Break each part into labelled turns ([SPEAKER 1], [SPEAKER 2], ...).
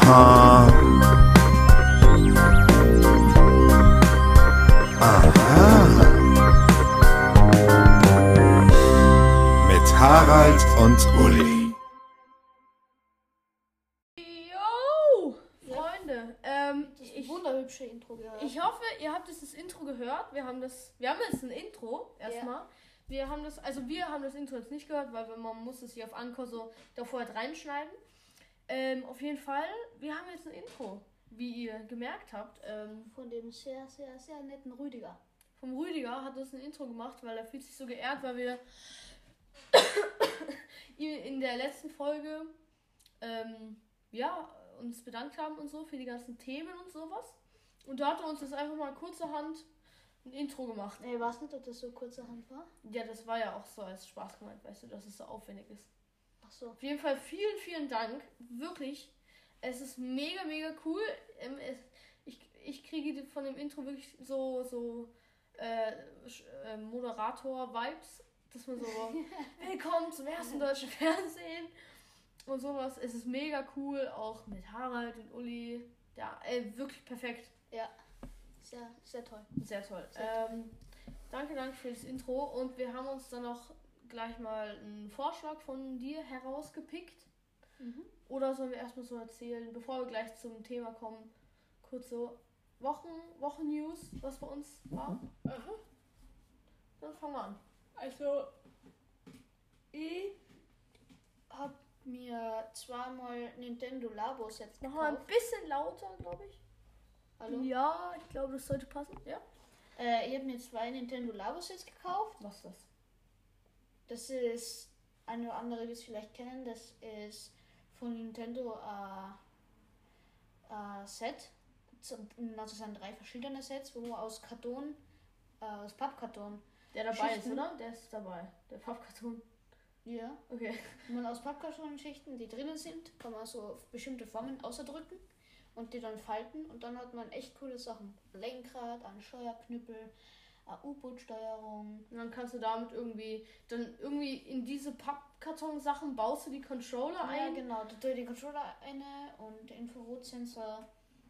[SPEAKER 1] Aha. Aha. Mit Harald und Uli.
[SPEAKER 2] Jo, Freunde,
[SPEAKER 3] Das wunderhübsche Intro gehört.
[SPEAKER 2] ich hoffe, ihr habt das Intro gehört. Wir haben jetzt ein Intro erstmal.
[SPEAKER 3] Ja.
[SPEAKER 2] Wir haben das Intro jetzt nicht gehört, weil man muss es hier auf Anchor so davor halt reinschneiden. Auf jeden Fall, wir haben jetzt ein Intro, wie ihr gemerkt habt.
[SPEAKER 3] Von dem sehr, sehr, sehr netten Rüdiger.
[SPEAKER 2] Vom Rüdiger hat uns ein Intro gemacht, weil er fühlt sich so geehrt, weil wir in der letzten Folge uns bedankt haben und so für die ganzen Themen und sowas. Und da hat er uns jetzt einfach mal kurzerhand ein Intro gemacht.
[SPEAKER 3] Ich weiß nicht, ob das so kurzerhand war.
[SPEAKER 2] Ja, das war ja auch so als Spaß gemeint, weißt du, dass es so aufwendig ist.
[SPEAKER 3] Ach so.
[SPEAKER 2] Auf jeden Fall vielen, vielen Dank. Wirklich. Es ist mega, mega cool. Ich kriege von dem Intro wirklich so Moderator-Vibes, dass man so willkommen zum ersten deutschen Fernsehen und sowas. Es ist mega cool, auch mit Harald und Uli. Ja, wirklich perfekt.
[SPEAKER 3] Ja, sehr, sehr toll.
[SPEAKER 2] Sehr toll. Danke für das Intro. Und wir haben uns dann noch gleich mal einen Vorschlag von dir herausgepickt. Oder sollen wir erstmal so erzählen, bevor wir gleich zum Thema kommen, kurz so Wochen-News, was bei uns war? Dann fangen wir an.
[SPEAKER 3] Also, ich hab mir zweimal Nintendo Labo-Sets gekauft.
[SPEAKER 2] Nochmal ein bisschen lauter, glaube ich.
[SPEAKER 3] Hallo?
[SPEAKER 2] Ja, ich glaube, das sollte passen. Ja.
[SPEAKER 3] Ich habe mir 2 Nintendo Labo-Sets gekauft.
[SPEAKER 2] Was ist das?
[SPEAKER 3] Das ist, eine oder andere, die es vielleicht kennen, das ist von Nintendo Set. Also sind 3 verschiedene Sets, wo man aus Karton, aus Pappkarton.
[SPEAKER 2] Der dabei
[SPEAKER 3] Schichten.
[SPEAKER 2] ist, oder? Der ist dabei. Der Pappkarton.
[SPEAKER 3] Ja.
[SPEAKER 2] Okay.
[SPEAKER 3] Wo man aus Pappkartonschichten, die drinnen sind, kann man so bestimmte Formen ausdrücken und die dann falten und dann hat man echt coole Sachen. Lenkrad, einen Steuerknüppel, eine U-Boot-Steuerung.
[SPEAKER 2] Und dann kannst du damit irgendwie in diese Pappkarton-Sachen baust du die Controller
[SPEAKER 3] Ja,
[SPEAKER 2] ein.
[SPEAKER 3] genau. Da tue ich den Controller eine und der Infrarotsensor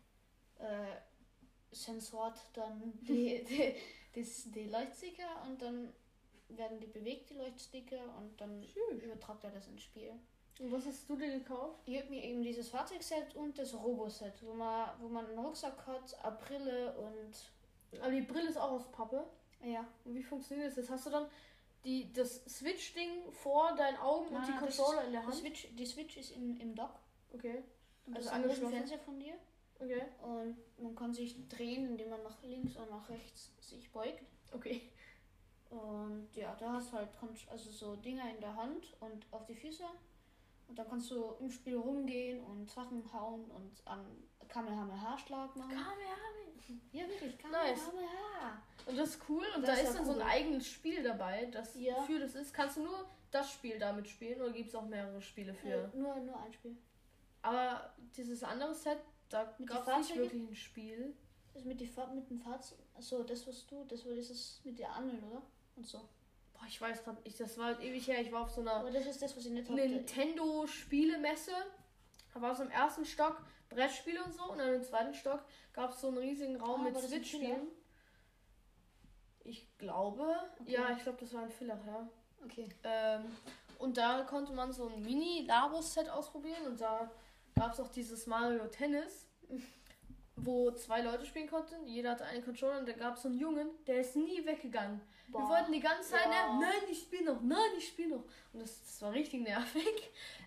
[SPEAKER 3] sensort dann die Leuchtsticker und dann werden die bewegt, die Leuchtsticker, und dann übertragt er das ins Spiel.
[SPEAKER 2] Und was hast du dir gekauft?
[SPEAKER 3] Ich habe mir eben dieses Fahrzeugset und das Robo-Set, wo man einen Rucksack hat, eine Brille und...
[SPEAKER 2] Aber die Brille ist auch aus Pappe.
[SPEAKER 3] Ja.
[SPEAKER 2] Und wie funktioniert das? Jetzt hast du dann das Switch-Ding vor deinen Augen und die Controller in der Hand?
[SPEAKER 3] Die Switch ist im Dock.
[SPEAKER 2] Okay.
[SPEAKER 3] Und
[SPEAKER 2] Also
[SPEAKER 3] das ist ein großer
[SPEAKER 2] angeschlossen.
[SPEAKER 3] Fernseher von dir.
[SPEAKER 2] Okay.
[SPEAKER 3] Und man kann sich drehen, indem man nach links und nach rechts sich beugt.
[SPEAKER 2] Okay.
[SPEAKER 3] Und ja, da hast du halt also so Dinger in der Hand und auf die Füße. Und dann kannst du im Spiel rumgehen und Sachen hauen und an Kamehameha-Schlag machen.
[SPEAKER 2] Kamehameha.
[SPEAKER 3] Ja, wirklich,
[SPEAKER 2] Nice.
[SPEAKER 3] Kamehameha.
[SPEAKER 2] Und das ist cool. Und
[SPEAKER 3] Das
[SPEAKER 2] da
[SPEAKER 3] ist
[SPEAKER 2] ist
[SPEAKER 3] ja
[SPEAKER 2] dann so ein
[SPEAKER 3] cool.
[SPEAKER 2] eigenes Spiel dabei, das
[SPEAKER 3] Ja.
[SPEAKER 2] für das ist. Kannst du nur das Spiel damit spielen oder gibt es auch mehrere Spiele für?
[SPEAKER 3] Nur ein Spiel.
[SPEAKER 2] Aber dieses andere Set, da
[SPEAKER 3] Mit
[SPEAKER 2] gab es
[SPEAKER 3] den
[SPEAKER 2] nicht
[SPEAKER 3] Fahrzeugen?
[SPEAKER 2] wirklich ein Spiel.
[SPEAKER 3] Das mit dem Fahrzeug. Achso, das war dieses mit der Angel, oder? Und so.
[SPEAKER 2] Boah, ich weiß grad nicht, das war halt ewig her. Ich war auf so einer
[SPEAKER 3] Aber das ist das, was ich nicht hatte.
[SPEAKER 2] Nintendo-Spielemesse. Da war es im ersten Stock Brettspiele und so. Und dann im zweiten Stock gab es so einen riesigen Raum mit
[SPEAKER 3] war das ein
[SPEAKER 2] Switch-Spielen. Ich glaube.
[SPEAKER 3] Okay.
[SPEAKER 2] Ja, ich glaube, das war ein Filler, ja.
[SPEAKER 3] Okay.
[SPEAKER 2] Und da konnte man so ein Mini-Labos-Set ausprobieren. Und da gab es auch dieses Mario Tennis, wo 2 Leute spielen konnten. Jeder hatte einen Controller und da gab es so einen Jungen, der ist nie weggegangen. Wir
[SPEAKER 3] Boah.
[SPEAKER 2] wollten die ganze Zeit,
[SPEAKER 3] Ja.
[SPEAKER 2] nein, ich spiele noch. Und das war richtig nervig.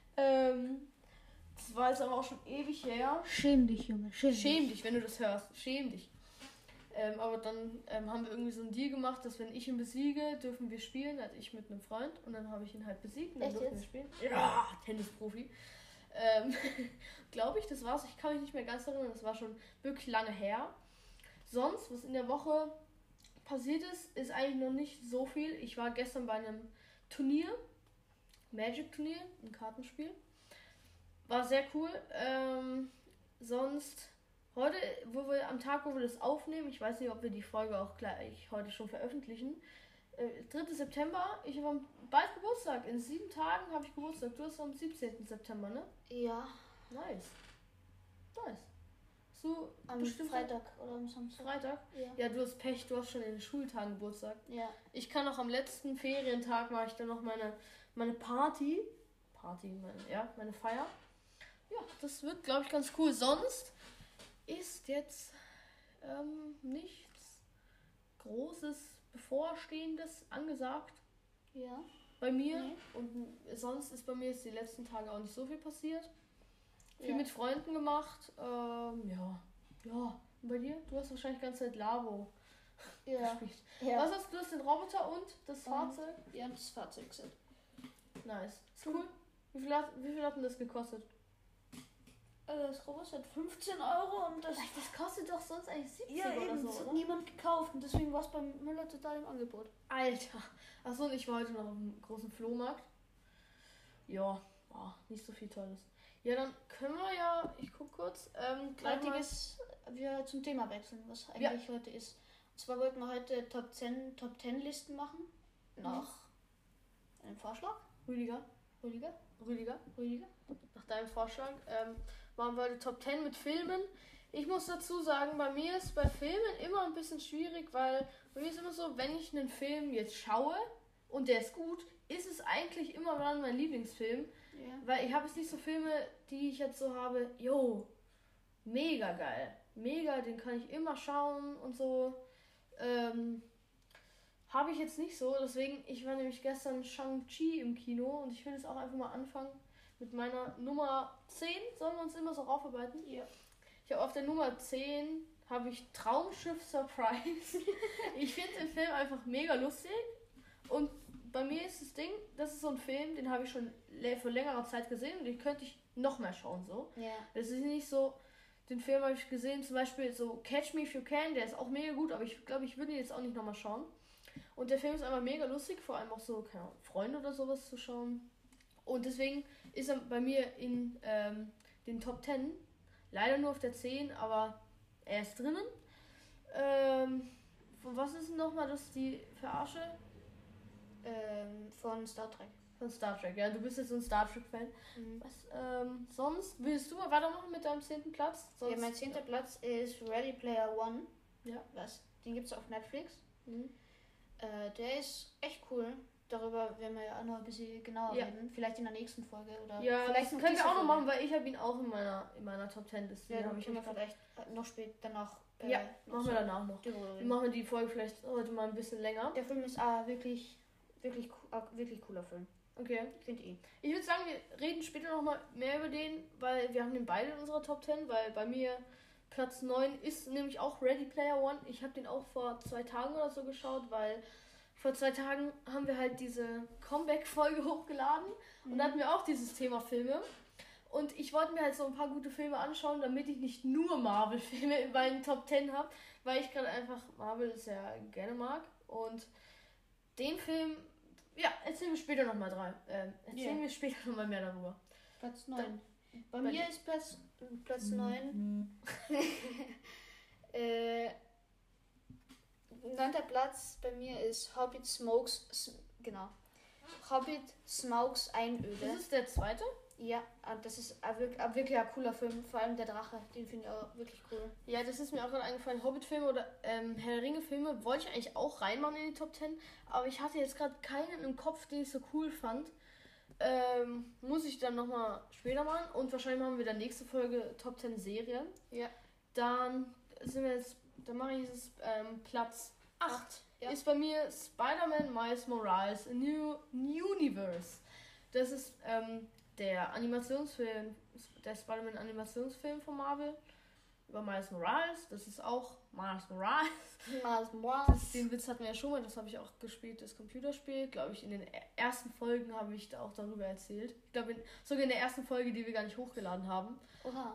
[SPEAKER 2] Das war jetzt aber auch schon ewig her.
[SPEAKER 3] Schäm dich, Junge.
[SPEAKER 2] Schäm dich, wenn du das hörst. Schäm dich. Aber dann haben wir irgendwie so einen Deal gemacht, dass wenn ich ihn besiege, dürfen wir spielen. Also ich mit einem Freund. Und dann habe ich ihn halt besiegt und dann
[SPEAKER 3] Echt
[SPEAKER 2] durften wir
[SPEAKER 3] jetzt?
[SPEAKER 2] spielen. Ja, Tennisprofi. Glaube ich, das war's. Ich kann mich nicht mehr ganz erinnern. Das war schon wirklich lange her. Sonst, was in der Woche passiert ist eigentlich noch nicht so viel. Ich war gestern bei einem Turnier. Magic-Turnier, ein Kartenspiel. War sehr cool. Sonst heute, am Tag, wo wir das aufnehmen, ich weiß nicht, ob wir die Folge auch gleich heute schon veröffentlichen. 3. September, ich habe bald Geburtstag. In 7 Tagen habe ich Geburtstag. Du hast am 17. September, ne?
[SPEAKER 3] Ja.
[SPEAKER 2] Nice. Nice. So,
[SPEAKER 3] Am
[SPEAKER 2] bestimmt
[SPEAKER 3] Freitag oder am Samstag.
[SPEAKER 2] Freitag?
[SPEAKER 3] Ja.
[SPEAKER 2] Ja, du hast Pech, du hast schon in den Schultagen Geburtstag.
[SPEAKER 3] Ja.
[SPEAKER 2] Ich kann noch am letzten Ferientag mache ich dann noch meine Party. Meine Feier. Ja, das wird, glaube ich, ganz cool. Sonst ist jetzt nichts Großes Bevorstehendes angesagt
[SPEAKER 3] Ja.
[SPEAKER 2] bei mir.
[SPEAKER 3] Nee.
[SPEAKER 2] Und sonst ist bei mir jetzt die letzten Tage auch nicht so viel passiert. Viel
[SPEAKER 3] Ja.
[SPEAKER 2] mit Freunden gemacht. Ja. Und bei dir? Du hast wahrscheinlich die ganze Zeit Labo
[SPEAKER 3] Ja.
[SPEAKER 2] gespielt.
[SPEAKER 3] Ja.
[SPEAKER 2] Was hast du? Den Roboter und das Fahrzeug?
[SPEAKER 3] Ja, das Fahrzeugset.
[SPEAKER 2] Nice. Ist cool. Wie viel hat denn das gekostet?
[SPEAKER 3] Das Robot hat 15 € und das.
[SPEAKER 2] Das kostet doch sonst eigentlich 70
[SPEAKER 3] Ja,
[SPEAKER 2] oder
[SPEAKER 3] eben.
[SPEAKER 2] so,
[SPEAKER 3] Das hat
[SPEAKER 2] oder?
[SPEAKER 3] niemand gekauft und deswegen war es beim Müller total im Angebot.
[SPEAKER 2] Alter. Achso, und ich war heute noch auf dem großen Flohmarkt. Ja, nicht so viel Tolles. Ja, dann können wir ja, ich guck kurz, gleich mal...
[SPEAKER 3] Heutiges, wir zum Thema wechseln, was eigentlich heute ist. Und zwar wollten wir heute Top 10 Listen machen. Nach einem Vorschlag.
[SPEAKER 2] Rüdiger. Nach deinem Vorschlag. Machen wir heute Top 10 mit Filmen. Ich muss dazu sagen, bei mir ist bei Filmen immer ein bisschen schwierig, weil bei mir ist immer so, wenn ich einen Film jetzt schaue und der ist gut, ist es eigentlich immer dann mein Lieblingsfilm.
[SPEAKER 3] Ja.
[SPEAKER 2] Weil ich habe jetzt nicht so Filme, die ich jetzt so habe, mega geil. Mega, den kann ich immer schauen und so. Habe ich jetzt nicht so. Deswegen, ich war nämlich gestern Shang-Chi im Kino und ich will jetzt auch einfach mal anfangen mit meiner Nummer 10. Sollen wir uns immer so raufarbeiten?
[SPEAKER 3] Ja.
[SPEAKER 2] Ich habe auf der Nummer 10 habe ich Traumschiff Surprise. Ich finde den Film einfach mega lustig. Und bei mir ist das Ding, das ist so ein Film, den habe ich schon vor längerer Zeit gesehen und den könnte ich noch mehr schauen. So.
[SPEAKER 3] Ja.
[SPEAKER 2] Das ist nicht so, den Film habe ich gesehen, zum Beispiel so Catch Me If You Can, der ist auch mega gut, aber ich glaube, ich würde ihn jetzt auch nicht nochmal schauen. Und der Film ist einfach mega lustig, vor allem auch so, keine Ahnung, Freunde oder sowas zu schauen. Und deswegen ist er bei mir in den Top 10. Leider nur auf der 10, aber er ist drinnen. Von was ist denn nochmal das, die Verarsche?
[SPEAKER 3] Von Star Trek.
[SPEAKER 2] Von Star Trek, ja, du bist jetzt so ein Star Trek-Fan.
[SPEAKER 3] Mhm.
[SPEAKER 2] Was, sonst, willst du mal weitermachen mit deinem 10. Platz? Sonst,
[SPEAKER 3] Ja, mein 10. Platz ist Ready Player One.
[SPEAKER 2] Ja.
[SPEAKER 3] Den gibt es auf Netflix.
[SPEAKER 2] Mhm.
[SPEAKER 3] Der ist echt cool. Darüber werden wir ja auch noch ein bisschen genauer reden. Vielleicht in der nächsten Folge. Oder
[SPEAKER 2] Ja,
[SPEAKER 3] vielleicht
[SPEAKER 2] das können
[SPEAKER 3] diese
[SPEAKER 2] wir auch noch
[SPEAKER 3] Folge.
[SPEAKER 2] machen, weil ich habe ihn auch in meiner Top 10 Liste.
[SPEAKER 3] Ja,
[SPEAKER 2] Den
[SPEAKER 3] dann
[SPEAKER 2] hab ich
[SPEAKER 3] können wir
[SPEAKER 2] echt
[SPEAKER 3] vielleicht noch später danach.
[SPEAKER 2] Ja,
[SPEAKER 3] noch
[SPEAKER 2] machen
[SPEAKER 3] so
[SPEAKER 2] wir danach noch.
[SPEAKER 3] drüber
[SPEAKER 2] Wir
[SPEAKER 3] reden.
[SPEAKER 2] machen die Folge vielleicht heute mal ein bisschen länger.
[SPEAKER 3] Der Film ist wirklich cooler Film.
[SPEAKER 2] Okay.
[SPEAKER 3] Finde ich.
[SPEAKER 2] Ich würde sagen, wir reden später noch mal mehr über den, weil wir haben den beide in unserer Top 10, weil bei mir Platz 9 ist nämlich auch Ready Player One. Ich habe den auch vor 2 Tagen oder so geschaut, weil vor 2 Tagen haben wir halt diese Comeback-Folge hochgeladen und da hatten wir auch dieses Thema Filme. Und ich wollte mir halt so ein paar gute Filme anschauen, damit ich nicht nur Marvel-Filme in meinen Top 10 habe, weil ich gerade einfach Marvel sehr gerne mag. Und den Film, ja, erzählen wir später nochmal wir später noch mal mehr darüber.
[SPEAKER 3] Platz 9. Bei
[SPEAKER 2] bei
[SPEAKER 3] mir
[SPEAKER 2] dir.
[SPEAKER 3] ist Platz 9. 9. Platz bei mir ist Hobbit Smokes Einöde.
[SPEAKER 2] Das ist der zweite?
[SPEAKER 3] Ja, das ist wirklich ein cooler Film. Vor allem der Drache, den finde ich auch wirklich cool.
[SPEAKER 2] Ja, das ist mir auch gerade eingefallen. Hobbit-Filme oder Herr der Ringe-Filme wollte ich eigentlich auch reinmachen in die Top 10, aber ich hatte jetzt gerade keinen im Kopf, den ich so cool fand. Muss ich dann nochmal später machen und wahrscheinlich machen wir dann nächste Folge Top 10 Serien.
[SPEAKER 3] Ja.
[SPEAKER 2] Dann mache ich jetzt Platz 8.
[SPEAKER 3] Ja.
[SPEAKER 2] Ist bei mir Spider-Man Miles Morales, A New Universe. Das ist der Animationsfilm, der Spider-Man-Animationsfilm von Marvel über Miles Morales. Das ist auch Miles Morales. Den Witz hatten wir ja schon mal, das habe ich auch gespielt, das Computerspiel. Glaube ich, in den ersten Folgen habe ich da auch darüber erzählt. Ich glaube, sogar in der ersten Folge, die wir gar nicht hochgeladen haben.
[SPEAKER 3] Oha.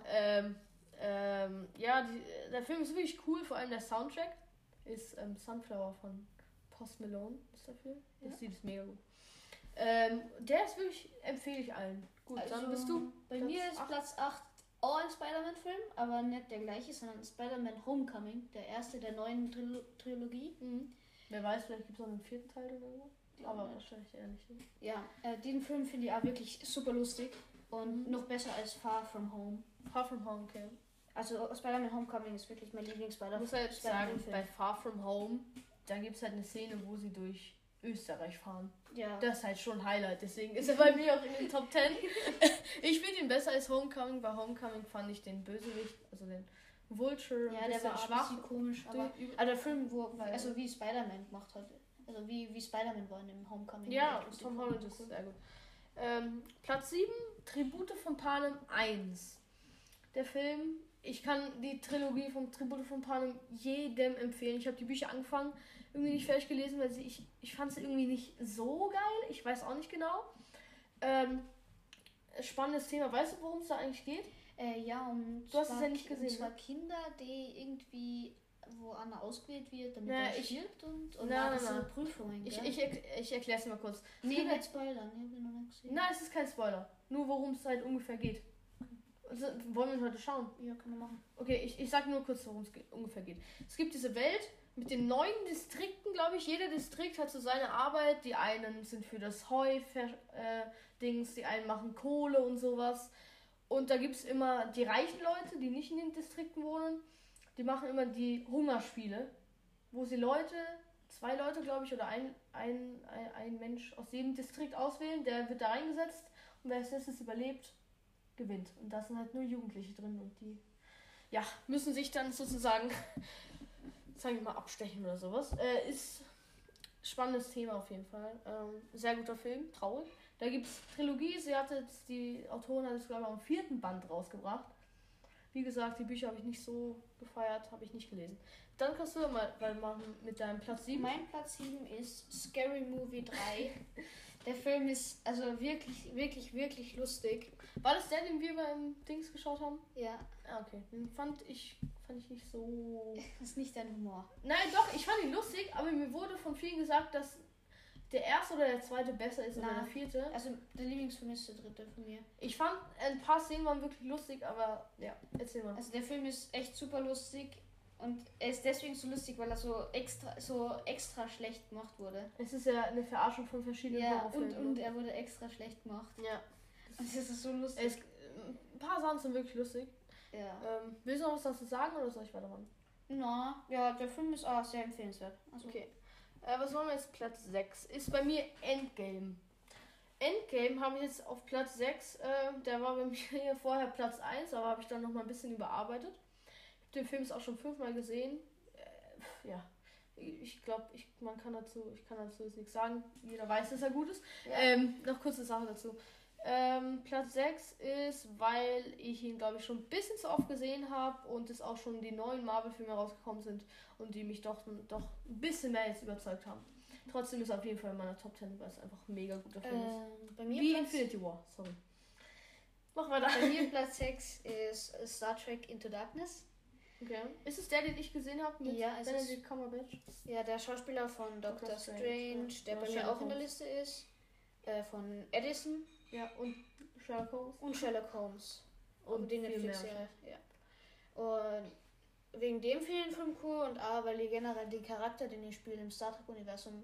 [SPEAKER 2] Der Film ist wirklich cool, vor allem der Soundtrack ist Sunflower von Post Malone ist der Film. Das Lied ist mega gut. Der ist wirklich, empfehle ich allen. Gut,
[SPEAKER 3] Also,
[SPEAKER 2] dann bist du.
[SPEAKER 3] Bei
[SPEAKER 2] Platz
[SPEAKER 3] mir ist
[SPEAKER 2] 8.
[SPEAKER 3] Platz 8 auch ein Spider-Man-Film, aber nicht der gleiche, sondern Spider-Man Homecoming, der erste der neuen Trilogie.
[SPEAKER 2] Mhm. Wer weiß, vielleicht gibt es noch einen 4. Teil oder so. Aber
[SPEAKER 3] Ja.
[SPEAKER 2] wahrscheinlich eher nicht. Ne?
[SPEAKER 3] Ja, den Film finde ich auch wirklich super lustig und noch besser als Far From Home.
[SPEAKER 2] Far From Home, okay.
[SPEAKER 3] Also Spider-Man Homecoming ist wirklich mein
[SPEAKER 2] Ich
[SPEAKER 3] Lieblings-Spider-Man.
[SPEAKER 2] muss halt sagen,
[SPEAKER 3] Film.
[SPEAKER 2] bei Far From Home, da gibt es halt eine Szene, wo sie durch Österreich fahren.
[SPEAKER 3] Ja.
[SPEAKER 2] Das ist halt schon ein Highlight, deswegen ist er bei mir auch in den Top 10. Ich finde ihn besser als Homecoming. Bei Homecoming fand ich den Bösewicht, also den Vulture,
[SPEAKER 3] Ja,
[SPEAKER 2] ein
[SPEAKER 3] der
[SPEAKER 2] bisschen
[SPEAKER 3] war
[SPEAKER 2] schwach.
[SPEAKER 3] ein bisschen komisch, aber der Film, also wie Spider-Man gemacht hat, also wie Spider-Man war in dem Homecoming.
[SPEAKER 2] Ja,
[SPEAKER 3] echt
[SPEAKER 2] Tom
[SPEAKER 3] cool.
[SPEAKER 2] Holland ist sehr gut. Platz 7, Tribute von Panem 1. Der Film, ich kann die Trilogie von Tribute von Panem jedem empfehlen. Ich habe die Bücher angefangen, irgendwie nicht fertig gelesen, weil ich fand sie irgendwie nicht so geil. Ich weiß auch nicht genau. Spannendes Thema. Weißt du, worum es da eigentlich geht?
[SPEAKER 3] Ja, und
[SPEAKER 2] Du hast es ja nicht gesehen,
[SPEAKER 3] und zwar
[SPEAKER 2] ne?
[SPEAKER 3] Kinder, die irgendwie, wo Anna ausgewählt wird, damit
[SPEAKER 2] Na,
[SPEAKER 3] er
[SPEAKER 2] ich-
[SPEAKER 3] stirbt und
[SPEAKER 2] Na,
[SPEAKER 3] das
[SPEAKER 2] na,
[SPEAKER 3] sind
[SPEAKER 2] na.
[SPEAKER 3] Prüfungen,
[SPEAKER 2] Ich
[SPEAKER 3] gell?
[SPEAKER 2] erkläre es dir mal kurz.
[SPEAKER 3] Nee, nicht spoilern, ich habe noch nicht gesehen.
[SPEAKER 2] Nein, es ist kein Spoiler. Nur worum es halt ungefähr geht. Also, wollen wir heute schauen?
[SPEAKER 3] Ja, kann man machen.
[SPEAKER 2] Okay, ich sag nur kurz, worum es ungefähr geht. Es gibt diese Welt mit den 9 Distrikten, glaube ich. Jeder Distrikt hat so seine Arbeit. Die einen sind für das Dings, die einen machen Kohle und sowas. Und da gibt es immer die reichen Leute, die nicht in den Distrikten wohnen. Die machen immer die Hungerspiele, wo sie 2 Leute, glaube ich, oder ein Mensch aus jedem Distrikt auswählen. Der wird da reingesetzt und wer als letztes überlebt, gewinnt. Und da sind halt nur Jugendliche drin und die müssen sich dann sozusagen, sagen wir mal, abstechen oder sowas. Ist spannendes Thema auf jeden Fall. Sehr guter Film, traurig. Da gibt es Trilogie, die Autorin hat es, glaube ich, am 4. Band rausgebracht. Wie gesagt, die Bücher habe ich nicht so gefeiert, habe ich nicht gelesen. Dann kannst du mal machen mit deinem Platz 7.
[SPEAKER 3] Mein Platz 7 ist Scary Movie 3. Der Film ist also wirklich, wirklich, wirklich lustig.
[SPEAKER 2] War das der, den wir beim Dings geschaut haben?
[SPEAKER 3] Ja,
[SPEAKER 2] Ah, okay. Den fand ich nicht so...
[SPEAKER 3] ist nicht dein Humor.
[SPEAKER 2] Nein, doch, ich fand ihn lustig, aber mir wurde von vielen gesagt, dass der erste oder der zweite besser ist oder
[SPEAKER 3] Na.
[SPEAKER 2] der vierte.
[SPEAKER 3] Also der Lieblingsfilm ist der dritte von mir.
[SPEAKER 2] Ich fand, ein paar Szenen waren wirklich lustig, aber ja, erzähl mal.
[SPEAKER 3] Also der Film ist echt super lustig und er ist deswegen so lustig, weil er so extra schlecht gemacht wurde.
[SPEAKER 2] Es ist ja eine Verarschung von verschiedenen
[SPEAKER 3] Ja,
[SPEAKER 2] Horrorfilmen.
[SPEAKER 3] und er wurde extra schlecht gemacht.
[SPEAKER 2] ja.
[SPEAKER 3] Und das ist so lustig.
[SPEAKER 2] Ein paar Sachen sind wirklich lustig.
[SPEAKER 3] Ja.
[SPEAKER 2] Willst du noch was dazu sagen oder soll ich weitermachen?
[SPEAKER 3] Na, ja, der Film ist auch sehr empfehlenswert. Also,
[SPEAKER 2] Okay. Was wollen wir jetzt? Platz 6. Ist bei mir Endgame. Endgame habe ich jetzt auf Platz 6. Der war bei mir hier vorher Platz 1, aber habe ich dann noch mal ein bisschen überarbeitet. Ich habe den Film jetzt auch schon 5-mal gesehen. Ja. Ich glaube, ich kann dazu jetzt nichts sagen. Jeder weiß, dass er gut ist.
[SPEAKER 3] Ja.
[SPEAKER 2] Noch kurze Sache dazu. Platz 6 ist, weil ich ihn, glaube ich, schon ein bisschen zu oft gesehen habe und es auch schon die neuen Marvel-Filme rausgekommen sind und die mich doch ein bisschen mehr jetzt überzeugt haben. Trotzdem ist er auf jeden Fall in meiner Top 10, weil es einfach ein mega guter Film ist.
[SPEAKER 3] bei mir
[SPEAKER 2] Wie
[SPEAKER 3] Platz,
[SPEAKER 2] Infinity War, sorry. Mach weiter.
[SPEAKER 3] bei mir Platz 6 ist Star Trek Into Darkness.
[SPEAKER 2] Okay. Ist es der, den ich gesehen habe mit
[SPEAKER 3] Ja, es ist-
[SPEAKER 2] Benedict Cumberbatch?
[SPEAKER 3] Ja, der Schauspieler von Doctor
[SPEAKER 2] Doctor
[SPEAKER 3] Strange,
[SPEAKER 2] Strange,
[SPEAKER 3] der
[SPEAKER 2] ja.
[SPEAKER 3] bei
[SPEAKER 2] Ja,
[SPEAKER 3] mir
[SPEAKER 2] Sherlock
[SPEAKER 3] auch in der
[SPEAKER 2] Holmes.
[SPEAKER 3] Liste ist. Von Edison
[SPEAKER 2] Ja, und Sherlock Holmes.
[SPEAKER 3] und Sherlock Holmes.
[SPEAKER 2] Und
[SPEAKER 3] die
[SPEAKER 2] viel
[SPEAKER 3] Netflix-Serie. Ja. Und wegen dem finde ich den Film cool und auch, weil ich generell den Charakter, den er spielt im Star Trek-Universum,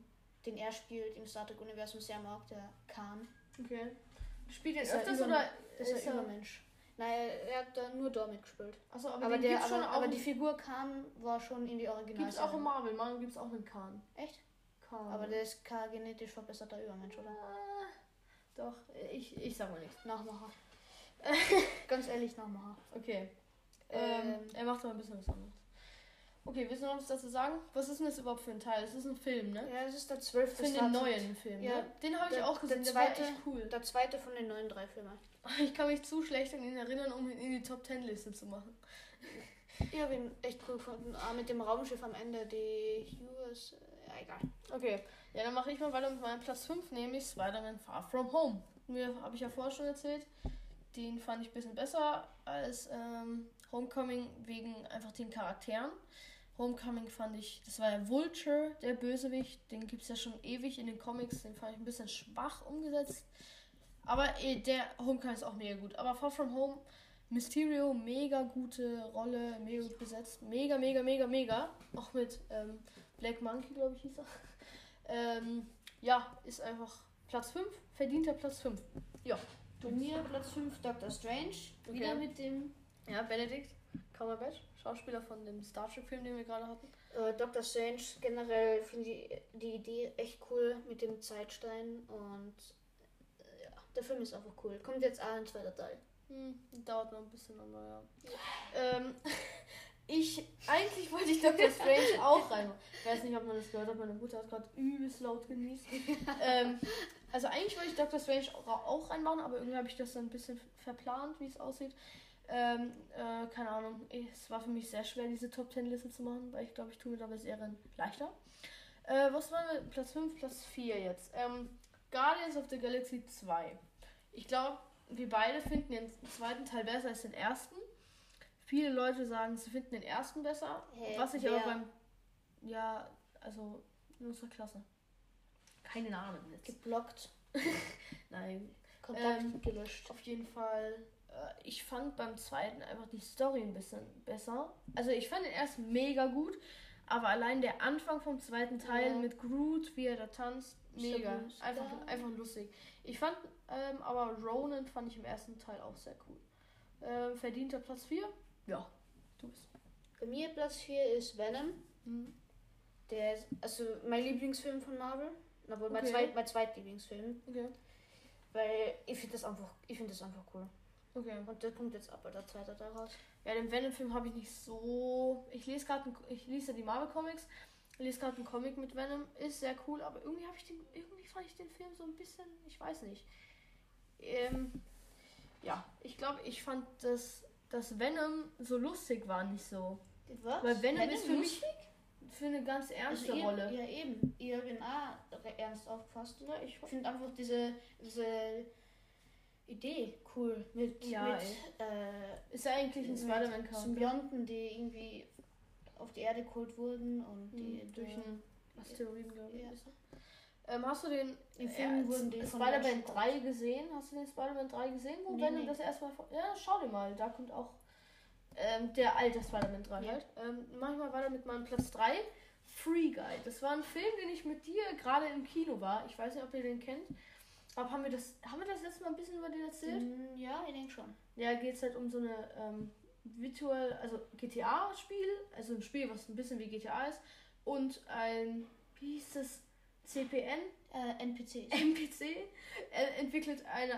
[SPEAKER 3] sehr mag, der Khan.
[SPEAKER 2] Okay. Spielt er
[SPEAKER 3] Ist er
[SPEAKER 2] öfters
[SPEAKER 3] über-
[SPEAKER 2] oder
[SPEAKER 3] Das ist ein Übermensch. Nein, er hat da nur da mitgespielt.
[SPEAKER 2] Achso,
[SPEAKER 3] Aber,
[SPEAKER 2] den gibt's schon
[SPEAKER 3] aber
[SPEAKER 2] auch.
[SPEAKER 3] die Figur Khan war schon in die Original.
[SPEAKER 2] Gibt's auch in Marvel. Marvel gibt's auch einen Khan.
[SPEAKER 3] Echt?
[SPEAKER 2] Khan.
[SPEAKER 3] Aber der ist kein genetisch verbesserter Übermensch, oder?
[SPEAKER 2] Doch, ich sag mal nichts.
[SPEAKER 3] Nachmacher. Ganz ehrlich, Nachmacher.
[SPEAKER 2] Okay.
[SPEAKER 3] Ähm.
[SPEAKER 2] Er macht aber ein bisschen was anderes. Okay, willst du noch was dazu sagen? Was ist denn das überhaupt für ein Teil? Das ist ein Film, ne?
[SPEAKER 3] Ja, das ist der 12.
[SPEAKER 2] Für den neuen Film,
[SPEAKER 3] Ja,
[SPEAKER 2] ne? Den habe ich
[SPEAKER 3] der-
[SPEAKER 2] auch gesehen,
[SPEAKER 3] der
[SPEAKER 2] der war
[SPEAKER 3] zweite-
[SPEAKER 2] echt cool.
[SPEAKER 3] Der zweite von den neuen 3 Filmen.
[SPEAKER 2] Ich kann mich zu schlecht an ihn erinnern, um ihn in die Top 10 Liste zu machen.
[SPEAKER 3] Ich habe ihn echt cool gefunden. Mit dem Raumschiff am Ende, die US. Ja, egal.
[SPEAKER 2] Okay, ja, dann mache ich mal weiter mit meinem Platz 5, nämlich Spider-Man Far From Home. Mir habe ich ja vorher schon erzählt, den fand ich ein bisschen besser als Homecoming wegen einfach den Charakteren. Homecoming fand ich, das war ja Vulture, der Bösewicht, den gibt es ja schon ewig in den Comics, den fand ich ein bisschen schwach umgesetzt. Aber der Homecoming ist auch mega gut. Aber Far From Home, Mysterio, mega gute Rolle, mega gut besetzt, mega, mega, mega, mega. Auch mit Black Monkey, glaube ich, hieß er. Ja, ist einfach Platz 5, verdienter Platz 5. Ja.
[SPEAKER 3] Bei mir Platz 5 Doctor Strange.
[SPEAKER 2] Okay.
[SPEAKER 3] Wieder mit dem
[SPEAKER 2] Ja, Benedict Cumberbatch, Schauspieler von dem Star Trek-Film, den wir gerade hatten.
[SPEAKER 3] Doctor Strange, generell finde ich die Idee echt cool mit dem Zeitstein und ja, der Film ist einfach cool. Kommt jetzt auch ein zweiter Teil.
[SPEAKER 2] Dauert noch ein bisschen, aber ja. Eigentlich wollte ich Doctor Strange auch reinmachen. Ich weiß nicht, ob man das gehört hat, meine Mutter hat gerade übelst laut genießt. Also eigentlich wollte ich Doctor Strange auch reinmachen, aber irgendwie habe ich das dann ein bisschen verplant, wie es aussieht. Keine Ahnung, es war für mich sehr schwer, diese Top 10 Liste zu machen, weil ich glaube, ich tue mir dabei Serien leichter. Was war Platz 5, Platz 4 jetzt? Guardians of the Galaxy 2. Ich glaube, wir beide finden den zweiten Teil besser als den ersten. Viele Leute sagen, sie finden den ersten besser. Was ich aber beim... Ja, also in unserer Klasse. Keine Namen jetzt.
[SPEAKER 3] Geblockt.
[SPEAKER 2] Nein.
[SPEAKER 3] Kontakt gelöscht.
[SPEAKER 2] Auf jeden Fall... Ich fand beim zweiten einfach die Story ein bisschen besser. Also ich fand den ersten mega gut, aber allein der Anfang vom zweiten Teil mit Groot, wie er da tanzt, mega. Einfach lustig. Ich fand aber Ronan fand ich im ersten Teil auch sehr cool. Verdienter Platz 4? Ja, du bist.
[SPEAKER 3] Bei mir Platz 4 ist Venom. Der ist also mein Lieblingsfilm von Marvel. Aber mein Zweitlieblingsfilm.
[SPEAKER 2] Okay.
[SPEAKER 3] Weil ich finde das einfach cool.
[SPEAKER 2] Okay.
[SPEAKER 3] Und der kommt jetzt aber der zweite Teil raus.
[SPEAKER 2] Ja, den Venom-Film habe ich nicht so... Ich lese ja die Marvel-Comics. Ich lese gerade einen Comic mit Venom. Ist sehr cool, aber irgendwie fand ich den Film so ein bisschen... Ich weiß nicht. Ja, ich glaube, ich fand, dass Venom so lustig war nicht so.
[SPEAKER 3] Was?
[SPEAKER 2] Weil Venom ist für mich für eine ganz ernste Rolle.
[SPEAKER 3] Ja, eben. Ich habe ihn auch ernst aufgefasst. Ja, ich finde einfach diese Idee cool. Ist
[SPEAKER 2] ja eigentlich ein Spider-Man-Charakter.
[SPEAKER 3] Symbionten, die irgendwie auf die Erde geholt wurden und die
[SPEAKER 2] durch einen Asteroiden, glaube ich.
[SPEAKER 3] Ja.
[SPEAKER 2] Hast du den
[SPEAKER 3] Film wurden die
[SPEAKER 2] Spider-Man 3 gesehen? Hast du den Spider-Man 3 gesehen, wo Venom das erstmal... Ja, schau dir mal. Da kommt auch der alte Spider-Man 3 halt. Mach ich mal weiter mit meinem Platz 3. Free Guy. Das war ein Film, den ich mit dir gerade im Kino war. Ich weiß nicht, ob ihr den kennt. Aber haben wir das letzte Mal ein bisschen über den erzählt?
[SPEAKER 3] Ja, ich denke schon.
[SPEAKER 2] Ja, geht es halt um so eine GTA-Spiel, also ein Spiel, was ein bisschen wie GTA ist, und ein, wie hieß das, CPN?
[SPEAKER 3] NPC.
[SPEAKER 2] NPC entwickelt einen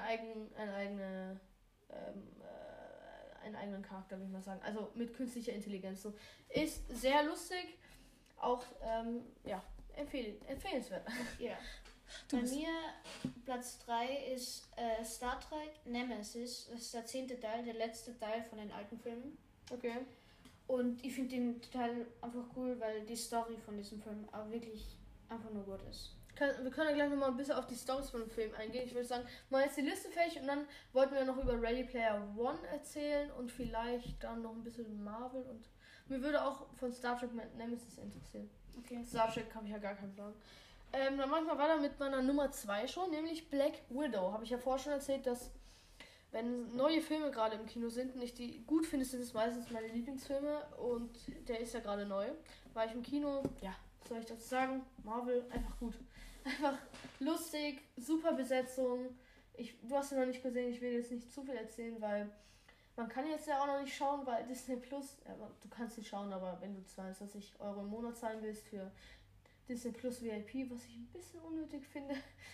[SPEAKER 2] eigenen Charakter, würde ich mal sagen. Also mit künstlicher Intelligenz. So. Ist sehr lustig, auch empfehlenswert.
[SPEAKER 3] Ja. Bei mir Platz 3 ist Star Trek Nemesis. Das ist der 10. Teil, der letzte Teil von den alten Filmen.
[SPEAKER 2] Okay.
[SPEAKER 3] Und ich finde den Teil einfach cool, weil die Story von diesem Film auch wirklich einfach nur gut ist.
[SPEAKER 2] Wir können ja gleich nochmal ein bisschen auf die Storys von dem Film eingehen. Ich würde sagen, mal jetzt die Liste fertig und dann wollten wir noch über Ready Player One erzählen und vielleicht dann noch ein bisschen Marvel und mir würde auch von Star Trek Nemesis interessieren.
[SPEAKER 3] Okay.
[SPEAKER 2] Star Trek habe ich ja gar keinen Plan. Dann mache ich mal weiter mit meiner Nummer 2 schon, nämlich Black Widow. Habe ich ja vorher schon erzählt, dass wenn neue Filme gerade im Kino sind und ich die gut finde, sind es meistens meine Lieblingsfilme und der ist ja gerade neu. War ich im Kino, ja, was soll ich dazu sagen? Marvel, einfach gut. Einfach lustig, super Besetzung. Du hast ihn noch nicht gesehen, ich will jetzt nicht zu viel erzählen, weil man kann jetzt ja auch noch nicht schauen, weil Disney Plus, du kannst ihn schauen, aber wenn du 22 € im Monat zahlen willst für Disney Plus VIP, was ich ein bisschen unnötig finde.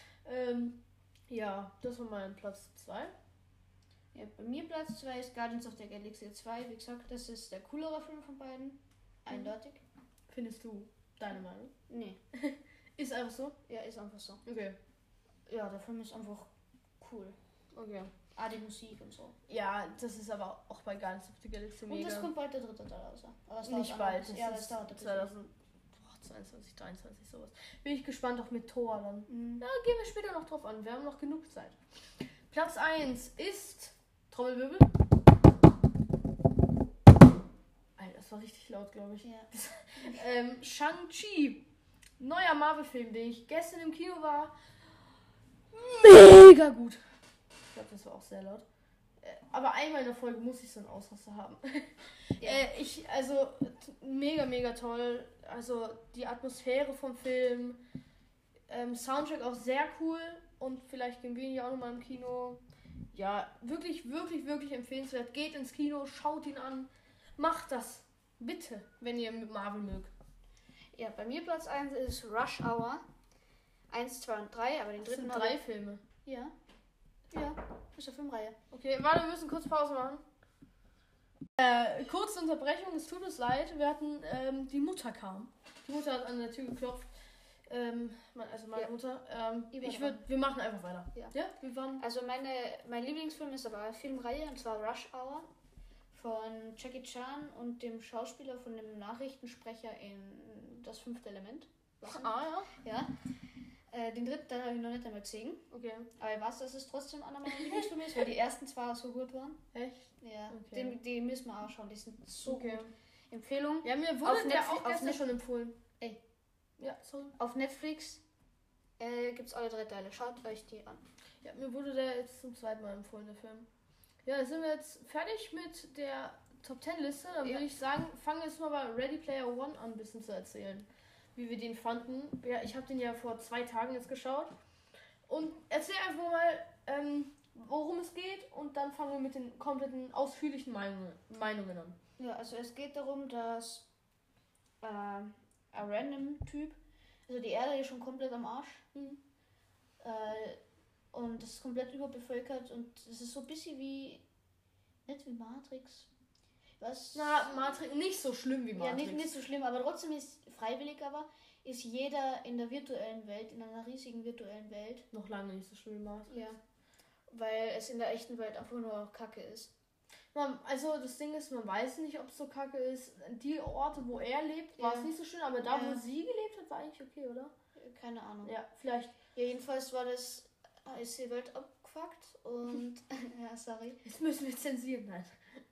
[SPEAKER 2] Ja, das war mein Platz 2.
[SPEAKER 3] Ja, bei mir Platz 2 ist Guardians of the Galaxy 2. Wie gesagt, das ist der coolere Film von beiden. Eindeutig.
[SPEAKER 2] Findest du deine Meinung?
[SPEAKER 3] Nee.
[SPEAKER 2] Ist einfach so?
[SPEAKER 3] Ja, ist einfach so.
[SPEAKER 2] Okay.
[SPEAKER 3] Ja, der Film ist einfach cool.
[SPEAKER 2] Okay.
[SPEAKER 3] Die Musik und so.
[SPEAKER 2] Ja, das ist aber auch bei Guardians of the Galaxy mega.
[SPEAKER 3] Und es kommt bald der 3. Teil raus. Aber es
[SPEAKER 2] nicht bald.
[SPEAKER 3] Das dauert ein bisschen.
[SPEAKER 2] 2022, 23, sowas. Bin ich gespannt, auch mit Thor dann. Da gehen wir später noch drauf an. Wir haben noch genug Zeit. Platz 1 ist... Trommelwirbel. Alter, das war richtig laut, glaube ich.
[SPEAKER 3] Ja.
[SPEAKER 2] Shang-Chi. Neuer Marvel-Film, den ich gestern im Kino war. Mega gut. Ich glaube, das war auch sehr laut. Aber einmal in der Folge muss ich so einen Ausraster haben.
[SPEAKER 3] Ja.
[SPEAKER 2] Mega, mega toll. Also die Atmosphäre vom Film. Soundtrack auch sehr cool. Und vielleicht gehen wir ihn ja auch nochmal im Kino. Ja, wirklich, wirklich, wirklich empfehlenswert. Geht ins Kino, schaut ihn an. Macht das. Bitte, wenn ihr mit Marvel mögt.
[SPEAKER 3] Ja, bei mir Platz 1 ist Rush Hour. 1, 2 und 3, aber den
[SPEAKER 2] Das
[SPEAKER 3] dritten
[SPEAKER 2] sind
[SPEAKER 3] habe
[SPEAKER 2] 3
[SPEAKER 3] ich...
[SPEAKER 2] Filme.
[SPEAKER 3] Ja. Ja, ist eine Filmreihe.
[SPEAKER 2] Okay, warte, wir müssen kurz Pause machen. Kurze Unterbrechung, es tut uns leid. Wir hatten, die Mutter kam. Die Mutter hat an der Tür geklopft. Also meine
[SPEAKER 3] Ja.
[SPEAKER 2] Mutter.
[SPEAKER 3] Ihr
[SPEAKER 2] Wir machen einfach weiter.
[SPEAKER 3] Ja.
[SPEAKER 2] Wir waren.
[SPEAKER 3] Also mein Lieblingsfilm ist aber eine Filmreihe, und zwar Rush Hour von Jackie Chan und dem Schauspieler von dem Nachrichtensprecher in Das 5. Element.
[SPEAKER 2] Ja.
[SPEAKER 3] Ja. Den dritten Teil habe ich noch nicht einmal gesehen.
[SPEAKER 2] Okay.
[SPEAKER 3] Aber ich weiß, dass es trotzdem einer meiner Lieblingsfilme ist, weil die ersten zwei so gut waren.
[SPEAKER 2] Echt?
[SPEAKER 3] Ja,
[SPEAKER 2] Okay.
[SPEAKER 3] die müssen wir auch schauen. Die sind so
[SPEAKER 2] Okay.
[SPEAKER 3] gut. Empfehlung.
[SPEAKER 2] Ja, mir
[SPEAKER 3] Auf
[SPEAKER 2] wurde der
[SPEAKER 3] Netflix-
[SPEAKER 2] auch
[SPEAKER 3] auf
[SPEAKER 2] gestern
[SPEAKER 3] Net-
[SPEAKER 2] schon empfohlen.
[SPEAKER 3] Ey.
[SPEAKER 2] Ja, sorry.
[SPEAKER 3] Auf Netflix gibt es alle 3 Teile. Schaut euch die an.
[SPEAKER 2] Ja, mir wurde der jetzt zum 2. Mal empfohlen, der Film. Ja, dann sind wir jetzt fertig mit der Top 10 Liste. Dann
[SPEAKER 3] Ja.
[SPEAKER 2] würde ich sagen, fangen wir jetzt mal bei Ready Player One an, ein bisschen zu erzählen, wie wir den fanden. Ja, ich habe den ja vor 2 Tagen jetzt geschaut. Und erzähl einfach mal, worum es geht, und dann fangen wir mit den kompletten ausführlichen Meinungen an.
[SPEAKER 3] Ja, also es geht darum, dass ein random Typ, also die Erde ist schon komplett am Arsch.
[SPEAKER 2] Mhm.
[SPEAKER 3] Und es ist komplett überbevölkert und es ist so ein bisschen wie, nicht wie Matrix. Was?
[SPEAKER 2] Na, Matrix, nicht so schlimm wie
[SPEAKER 3] Ja,
[SPEAKER 2] Matrix.
[SPEAKER 3] nicht so schlimm, aber trotzdem ist freiwillig, aber ist jeder in der virtuellen Welt, in einer riesigen virtuellen Welt.
[SPEAKER 2] Noch lange nicht so schlimm wie Matrix.
[SPEAKER 3] Ja. Weil es in der echten Welt einfach nur Kacke ist.
[SPEAKER 2] Also das Ding ist, man weiß nicht, ob es so kacke ist. Die Orte, wo er lebt, war es
[SPEAKER 3] Ja.
[SPEAKER 2] nicht so schön, aber da,
[SPEAKER 3] Ja.
[SPEAKER 2] wo sie gelebt hat, war eigentlich okay, oder?
[SPEAKER 3] Keine Ahnung.
[SPEAKER 2] Ja, vielleicht.
[SPEAKER 3] Ja, jedenfalls ist die Welt abgefuckt und ja, sorry.
[SPEAKER 2] Jetzt müssen wir zensieren. Nein.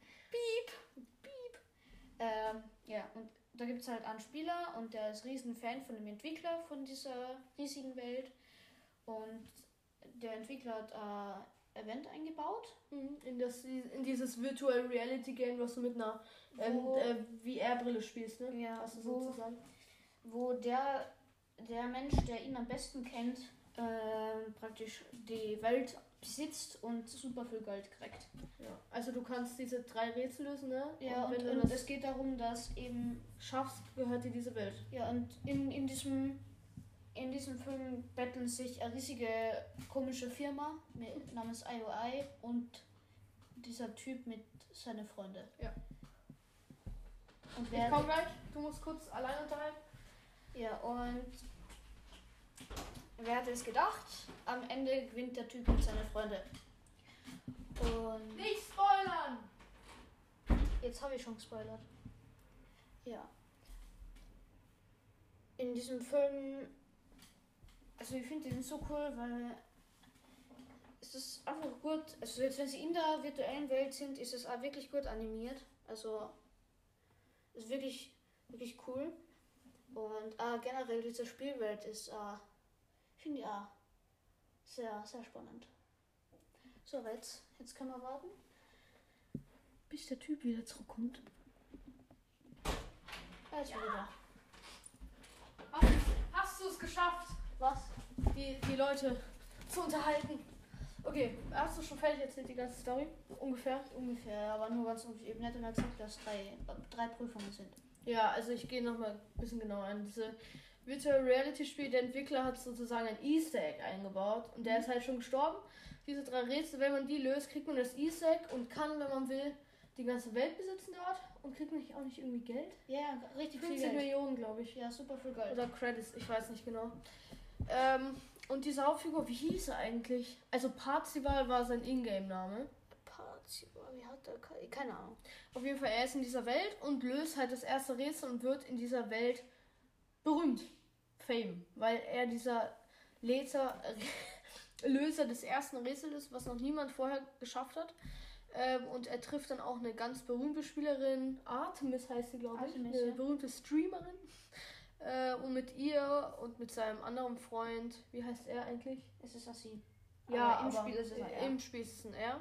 [SPEAKER 3] Ja, und da gibt es halt einen Spieler und der ist riesen Fan von dem Entwickler von dieser riesigen Welt. Und der Entwickler hat ein Event eingebaut.
[SPEAKER 2] In dieses Virtual Reality Game, was du mit einer
[SPEAKER 3] Wo-
[SPEAKER 2] VR-Brille spielst, ne?
[SPEAKER 3] Ja,
[SPEAKER 2] Hast du
[SPEAKER 3] wo-
[SPEAKER 2] sozusagen.
[SPEAKER 3] Wo der Mensch, der ihn am besten kennt, praktisch die Welt besitzt und super viel Geld kriegt.
[SPEAKER 2] Ja. Also du kannst diese 3 Rätsel lösen, ne?
[SPEAKER 3] Ja,
[SPEAKER 2] und wenn
[SPEAKER 3] und
[SPEAKER 2] du das
[SPEAKER 3] es geht darum, dass eben,
[SPEAKER 2] schaffst, gehört dir diese Welt.
[SPEAKER 3] ja, und in diesem Film betteln sich eine riesige komische Firma namens IOI und dieser Typ mit seinen Freunden.
[SPEAKER 2] Ja.
[SPEAKER 3] Und
[SPEAKER 2] Ich komm gleich, du musst kurz allein unterhalten.
[SPEAKER 3] Ja, und wer hätte es gedacht? Am Ende gewinnt der Typ mit seinen Freunden. Und
[SPEAKER 2] Nicht spoilern!
[SPEAKER 3] jetzt habe ich schon gespoilert. Ja. In diesem Film, also ich finde den so cool, weil es ist einfach gut, also jetzt wenn sie in der virtuellen Welt sind, ist es auch wirklich gut animiert. Also ist wirklich, wirklich cool. Und generell diese Spielwelt ist, finde ich auch sehr, sehr spannend. So, jetzt können wir warten.
[SPEAKER 2] Bis der Typ wieder zurückkommt.
[SPEAKER 3] Er ist wieder.
[SPEAKER 2] Hast du es geschafft,
[SPEAKER 3] Was?
[SPEAKER 2] die Leute zu unterhalten? Okay, hast du schon fertig erzählt, die ganze Story? Ungefähr?
[SPEAKER 3] Ungefähr, aber nur ganz eben nicht einmal gesagt, dass drei Prüfungen sind.
[SPEAKER 2] Ja, also ich gehe nochmal ein bisschen genauer ein. Diese Virtual Reality Spiel, der Entwickler hat sozusagen ein Easter Egg eingebaut und der ist halt schon gestorben. Diese 3 Rätsel, wenn man die löst, kriegt man das Easter Egg und kann, wenn man will, die ganze Welt besitzen dort und kriegt man nicht auch nicht irgendwie Geld?
[SPEAKER 3] Ja, richtig viel
[SPEAKER 2] 50
[SPEAKER 3] Geld.
[SPEAKER 2] Millionen, glaube ich.
[SPEAKER 3] Ja, super viel Geld.
[SPEAKER 2] Oder Credits, ich weiß nicht genau. Und diese Hauptfigur, wie hieß er eigentlich? Also Parzival war sein Ingame-Name.
[SPEAKER 3] Wie hat er? Keine Ahnung.
[SPEAKER 2] Auf jeden Fall, er ist in dieser Welt und löst halt das erste Rätsel und wird in dieser Welt berühmt. Fame. Weil er dieser Löser des ersten Rätsels ist, was noch niemand vorher geschafft hat. Und er trifft dann auch eine ganz berühmte Spielerin, Artemis heißt sie, glaube ich.
[SPEAKER 3] Artemis,
[SPEAKER 2] Eine
[SPEAKER 3] ja.
[SPEAKER 2] berühmte Streamerin. Und mit ihr und mit seinem anderen Freund, wie heißt er eigentlich?
[SPEAKER 3] Es ist Assi.
[SPEAKER 2] Ja,
[SPEAKER 3] aber im
[SPEAKER 2] aber
[SPEAKER 3] Spiel ist es ein R.
[SPEAKER 2] Im Spiel ist es ein R.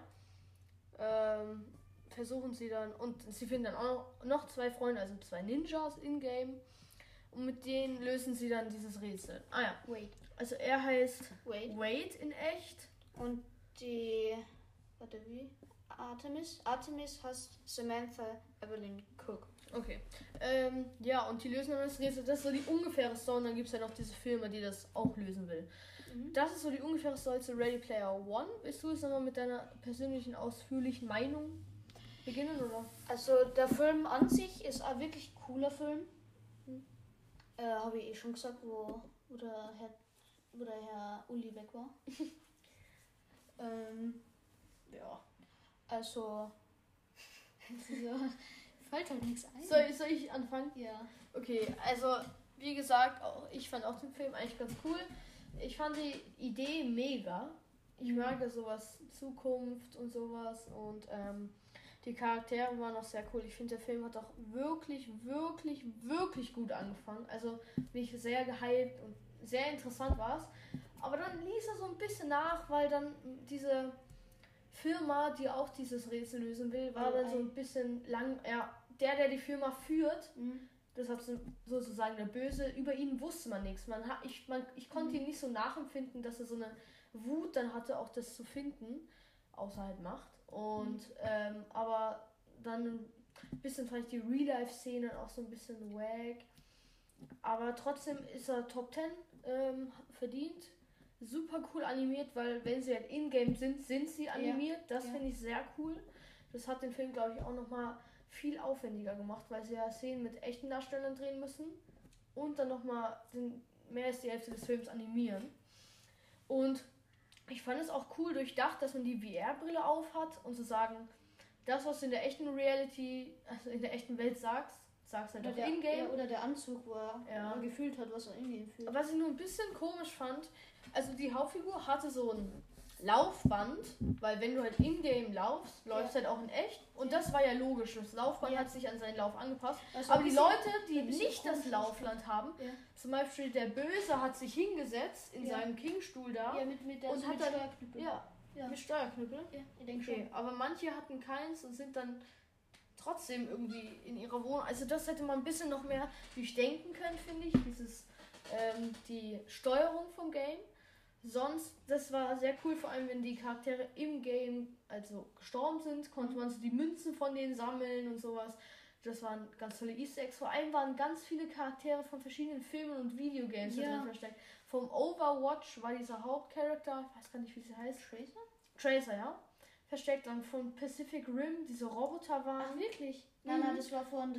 [SPEAKER 2] Versuchen sie dann, und sie finden dann auch noch 2 Freunde, also 2 Ninjas in-game. Und mit denen lösen sie dann dieses Rätsel. Ah ja,
[SPEAKER 3] Wait.
[SPEAKER 2] also er heißt
[SPEAKER 3] Wait.
[SPEAKER 2] Wade in echt.
[SPEAKER 3] Und die Warte, wie? Artemis. Artemis heißt Samantha Evelyn Cook.
[SPEAKER 2] Okay. Ja, und die lösen dann das Rätsel. Das ist so die ungefähre Story. Und dann gibt es ja noch diese Filme, die das auch lösen will. Das ist so die ungefähre Story zu Ready Player One. Willst du jetzt nochmal mit deiner persönlichen, ausführlichen Meinung beginnen, oder?
[SPEAKER 3] Also der Film an sich ist ein wirklich cooler Film. Habe ich schon gesagt, wo der Herr Uli weg war. Ja, also fällt halt nichts ein.
[SPEAKER 2] Soll ich anfangen?
[SPEAKER 3] Ja.
[SPEAKER 2] Okay, also wie gesagt, ich fand auch den Film eigentlich ganz cool. Ich fand die Idee mega. Ich mag ja sowas, Zukunft und sowas, und die Charaktere waren auch sehr cool. Ich finde, der Film hat auch wirklich, wirklich, wirklich gut angefangen. Also bin ich sehr gehypt und sehr interessant war es. Aber dann ließ er so ein bisschen nach, weil dann diese Firma, die auch dieses Rätsel lösen will, war dann so ein bisschen lang. Ja, der die Firma führt, das hat sozusagen der Böse, über ihn wusste man nichts. Ich konnte ihn nicht so nachempfinden, dass er so eine Wut dann hatte, auch das zu finden, außer halt Macht. Und aber dann ein bisschen fand ich die Real-Life-Szenen auch so ein bisschen wack. Aber trotzdem ist er Top 10 verdient. Super cool animiert, weil wenn sie halt in-game sind sie animiert. Das finde ich sehr cool. Das hat den Film, glaube ich, auch nochmal viel aufwendiger gemacht, weil sie ja Szenen mit echten Darstellern drehen müssen und dann nochmal mehr als die Hälfte des Films animieren. Und ich fand es auch cool durchdacht, dass man die VR-Brille auf hat und zu sagen, das, was du in der echten Reality, also in der echten Welt sagst halt auch in-game.
[SPEAKER 3] Oder der Anzug, wo er gefühlt hat, was er in-game fühlt.
[SPEAKER 2] Was ich nur ein bisschen komisch fand, also die Hauptfigur hatte so ein Laufband, weil wenn du halt in-game laufst, läufst halt auch in echt. Und das war ja logisch. Das Laufband hat sich an seinen Lauf angepasst. Also aber die Leute, die nicht das Laufland haben, zum Beispiel der Böse hat sich hingesetzt in seinem Kingstuhl da.
[SPEAKER 3] Ja, mit Steuerknüppel.
[SPEAKER 2] Ja, mit Steuerknüppel.
[SPEAKER 3] Ja, ich denke schon.
[SPEAKER 2] Aber manche hatten keins und sind dann trotzdem irgendwie in ihrer Wohnung. Also das hätte man ein bisschen noch mehr durchdenken können, finde ich. Die Steuerung vom Game. Sonst, das war sehr cool, vor allem wenn die Charaktere im Game also gestorben sind, konnte man so die Münzen von denen sammeln und sowas. Das waren ganz tolle Easter Eggs. Vor allem waren ganz viele Charaktere von verschiedenen Filmen und Videogames da drin versteckt. Vom Overwatch war dieser Hauptcharakter, ich weiß gar nicht, wie sie heißt. Tracer, ja. Versteckt. Dann von Pacific Rim, diese Roboter waren.
[SPEAKER 3] Ach, wirklich? Nein, das war von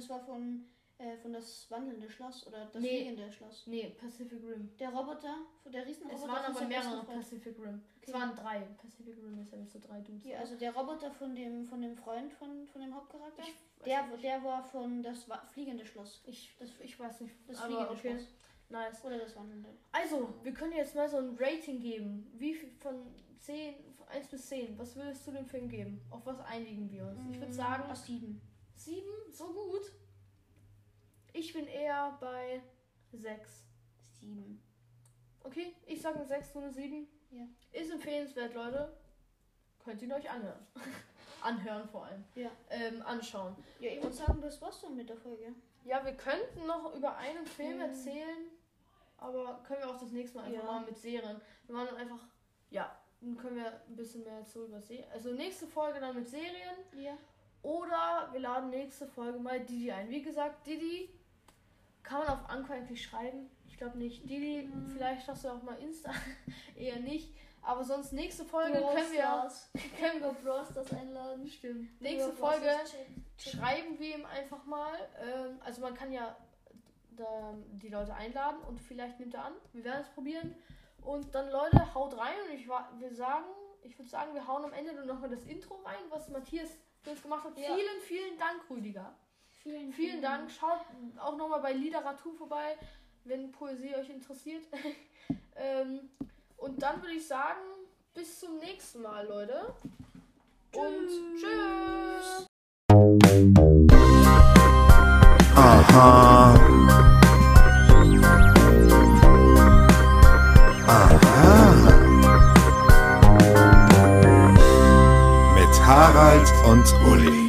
[SPEAKER 3] das wandelnde Schloss oder das fliegende Schloss.
[SPEAKER 2] Nee, Pacific Rim.
[SPEAKER 3] Der Roboter, der Riesenroboter.
[SPEAKER 2] Es waren aber mehrere Pacific Rim. Okay. Es waren 3. Pacific Rim ist ja nicht so 3 Dudes.
[SPEAKER 3] Ja, also der Roboter von dem Freund von dem Hauptcharakter. Der war von das fliegende Schloss.
[SPEAKER 2] Ich weiß nicht.
[SPEAKER 3] Das fliegende Schloss.
[SPEAKER 2] Nice.
[SPEAKER 3] Oder das wandelnde.
[SPEAKER 2] Also, wir können jetzt mal so ein Rating geben. Wie viel von 1 bis 10. Was würdest du dem Film geben? Auf was einigen wir uns? Ich würde sagen
[SPEAKER 3] 7.
[SPEAKER 2] 7? So gut? Ich bin eher bei 6.
[SPEAKER 3] 7.
[SPEAKER 2] Okay, ich sage eine 6, du eine 7.
[SPEAKER 3] Ja.
[SPEAKER 2] Ist empfehlenswert, Leute. Könnt ihr euch anhören. Anhören vor allem.
[SPEAKER 3] Ja.
[SPEAKER 2] Anschauen.
[SPEAKER 3] Ja, ich würde sagen, das war's dann mit der Folge.
[SPEAKER 2] Ja, wir könnten noch über einen Film erzählen, aber können wir auch das nächste Mal einfach mal mit Serien. Wir machen dann einfach, dann können wir ein bisschen mehr so über Serien. Also nächste Folge dann mit Serien.
[SPEAKER 3] Ja.
[SPEAKER 2] Oder wir laden nächste Folge mal Didi ein. Wie gesagt, Didi kann man auf Anchor eigentlich schreiben. Ich glaube nicht. Didi, vielleicht hast du auch mal Insta. Eher nicht. Aber sonst nächste Folge können wir Brawl Stars einladen. Stimmt. Nächste Folge schreiben wir ihm einfach mal. Also man kann ja die Leute einladen und vielleicht nimmt er an. Wir werden es probieren. Und dann, Leute, haut rein. Und ich würde sagen, wir hauen am Ende dann nochmal das Intro rein, was Matthias für uns gemacht hat. Ja. Vielen Dank, Rüdiger. Vielen Dank. Schaut auch nochmal bei Literatur vorbei, wenn Poesie euch interessiert. Und dann würde ich sagen, bis zum nächsten Mal, Leute. Und tschüss.
[SPEAKER 1] Aha. Mit Harald und Uli.